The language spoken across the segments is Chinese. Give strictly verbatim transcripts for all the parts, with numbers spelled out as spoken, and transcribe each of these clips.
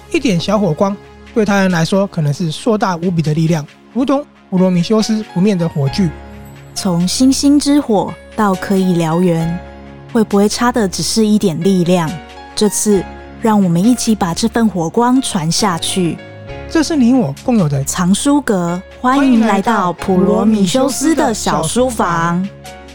一点小火光对他人来说可能是硕大无比的力量，如同普罗米修斯不灭的火炬。 从星星之火到可以燎原，会不会差的只是一点力量？这次让我们一起把这份火光传下去。 这是你我共有的藏书阁，欢迎来到普罗米修斯的小书房。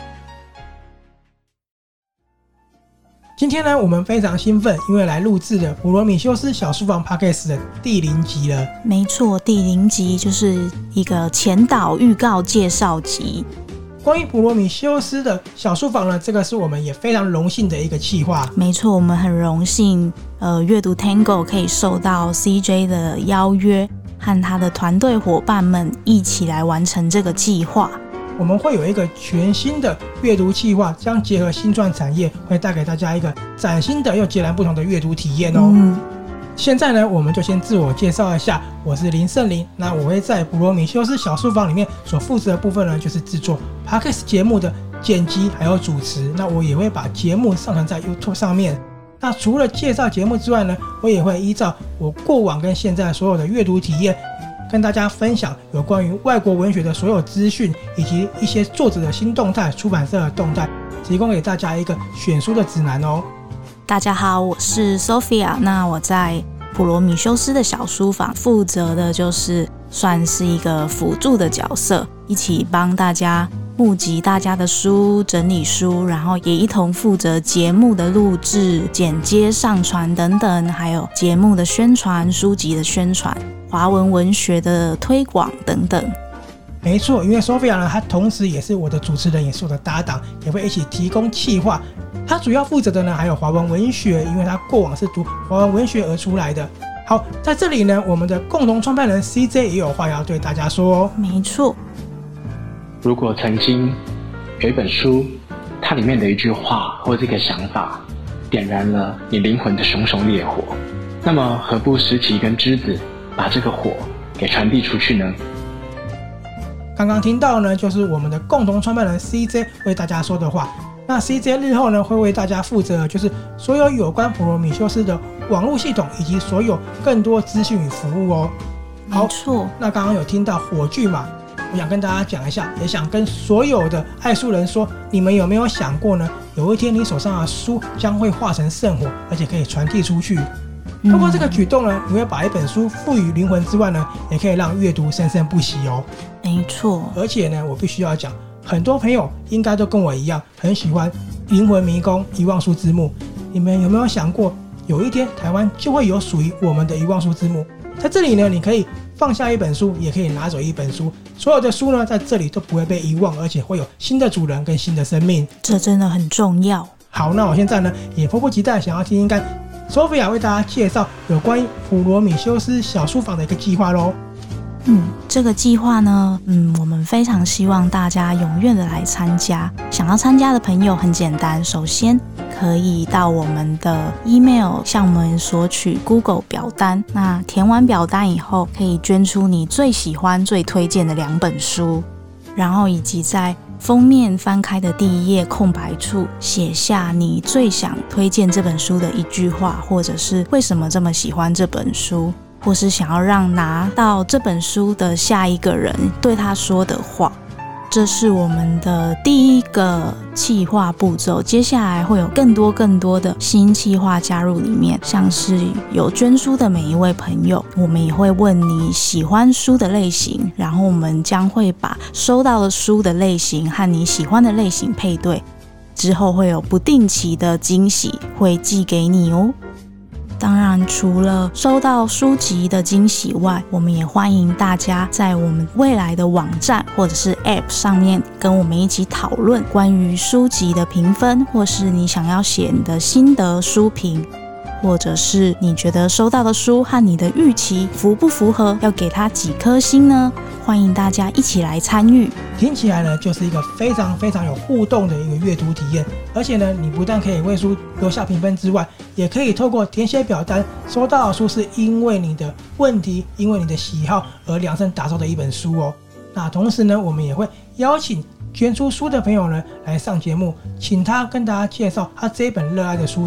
今天呢，我们非常兴奋，因为来录制了普罗米修斯小书房 Podcast 的第零集了。 没错，第零集就是一个前导预告介绍集。 关于普罗米修斯的小书房呢，这个是我们也非常荣幸的一个企划。 没错，我们很荣幸，呃，阅读 Tango 可以受到 C J 的邀约，和他的团队伙伴们一起来完成这个计划。 我们会有一个全新的阅读企划，将结合新创产业，会带给大家一个崭新的又截然不同的阅读体验哦。嗯现在呢，我们就先自我介绍一下，我是林胜林。那我会在普罗米修斯小书房里面所负责的部分呢，就是制作 Podcast 节目的剪辑还有主持。那我也会把节目上传在 YouTube 上面。那除了介绍节目之外呢，我也会依照我过往跟现在所有的阅读体验，跟大家分享有关于外国文学的所有资讯，以及一些作者的新动态、出版社的动态，提供给大家一个选书的指南哦。 大家好，我是 Sophia。那我在普罗米修斯的小书房负责的就是算是一个辅助的角色，一起帮大家募集大家的书、整理书，然后也一同负责节目的录制、剪接、上传等等，还有节目的宣传、书籍的宣传、华文文学的推广等等。 没错，因为 Sophia 呢，她同时也是我的主持人，也是我的搭档，也会一起提供企划。她主要负责的呢，还有华文文学，因为她过往是读华文文学而出来的。好，在这里呢，我们的共同创办人 C J 也有话要对大家说哦。 没错， 如果曾经有一本书，它里面的一句话或这个想法，点燃了你灵魂的熊熊烈火，那么何不拾起一根枝子，把这个火给传递出去呢？ 刚刚听到呢，就是我们的共同创办人 C J 为大家说的话。那 C J 日后呢，会为大家负责就是所有有关普罗米修斯的网络系统，以及所有更多资讯与服务哦。 没错。 那刚刚有听到火炬嘛，我想跟大家讲一下，也想跟所有的爱书人说，你们有没有想过呢？有一天你手上的书将会化成圣火，而且可以传递出去。通过这个举动呢，你会把一本书赋予灵魂之外呢，也可以让阅读生生不息哦。 没错。 而且呢，我必须要讲，很多朋友应该都跟我一样，很喜欢灵魂迷宫遗忘书之墓。你们有没有想过，有一天台湾就会有属于我们的遗忘书之墓？在这里呢，你可以放下一本书，也可以拿走一本书，所有的书呢，在这里都不会被遗忘，而且会有新的主人跟新的生命。 这真的很重要。 好，那我现在呢，也迫不及待想要听听看Sophia 为大家介绍有关于普罗米修斯小书房的一个计划咯。 嗯，这个计划呢，嗯，我们非常希望大家踊跃的来参加。想要参加的朋友很简单，首先可以到我们的 email 向我们索取 Google 表单。那填完表单以后，可以捐出你最喜欢、最推荐的两本书，然后以及在封面翻开的第一页空白处写下你最想推荐这本书的一句话，或者是为什么这么喜欢这本书，或是想要让拿到这本书的下一个人对他说的话。这是我们的第一个企划步骤，接下来会有更多更多的新企划加入里面，像是有捐书的每一位朋友，我们也会问你喜欢书的类型，然后我们将会把收到的书的类型和你喜欢的类型配对，之后会有不定期的惊喜会寄给你哦。当然，除了收到书籍的惊喜外，我们也欢迎大家在我们未来的网站或者是 App 上面跟我们一起讨论关于书籍的评分，或是你想要写你的心得书评，或者是你觉得收到的书和你的预期符不符合，要给它几颗星呢？欢迎大家一起来参与。 听起来呢，就是一个非常非常有互动的一个阅读体验。而且呢，你不但可以为书留下评分之外，也可以透过填写表单，收到的书是因为你的问题，因为你的喜好而量身打造的一本书哦。那同时呢，我们也会邀请捐出书的朋友呢来上节目，请他跟大家介绍他这本热爱的书籍。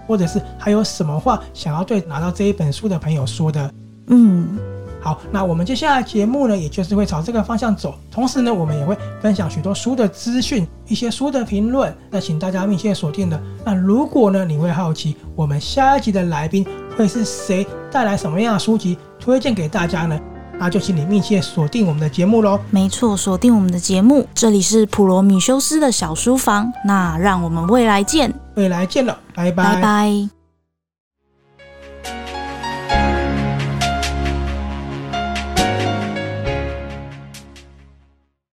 或者是还有什么话想要对拿到这一本书的朋友说的。 嗯， 好，那我们接下来节目呢，也就是会朝这个方向走。同时呢，我们也会分享许多书的资讯，一些书的评论，那请大家密切锁定的。那如果呢，你会好奇我们下一集的来宾会是谁，带来什么样的书籍推荐给大家呢？那就请你密切锁定我们的节目咯。 没错，锁定我们的节目，这里是普罗米修斯的小书房，那让我们未来见， 未来见了，拜拜， 拜拜。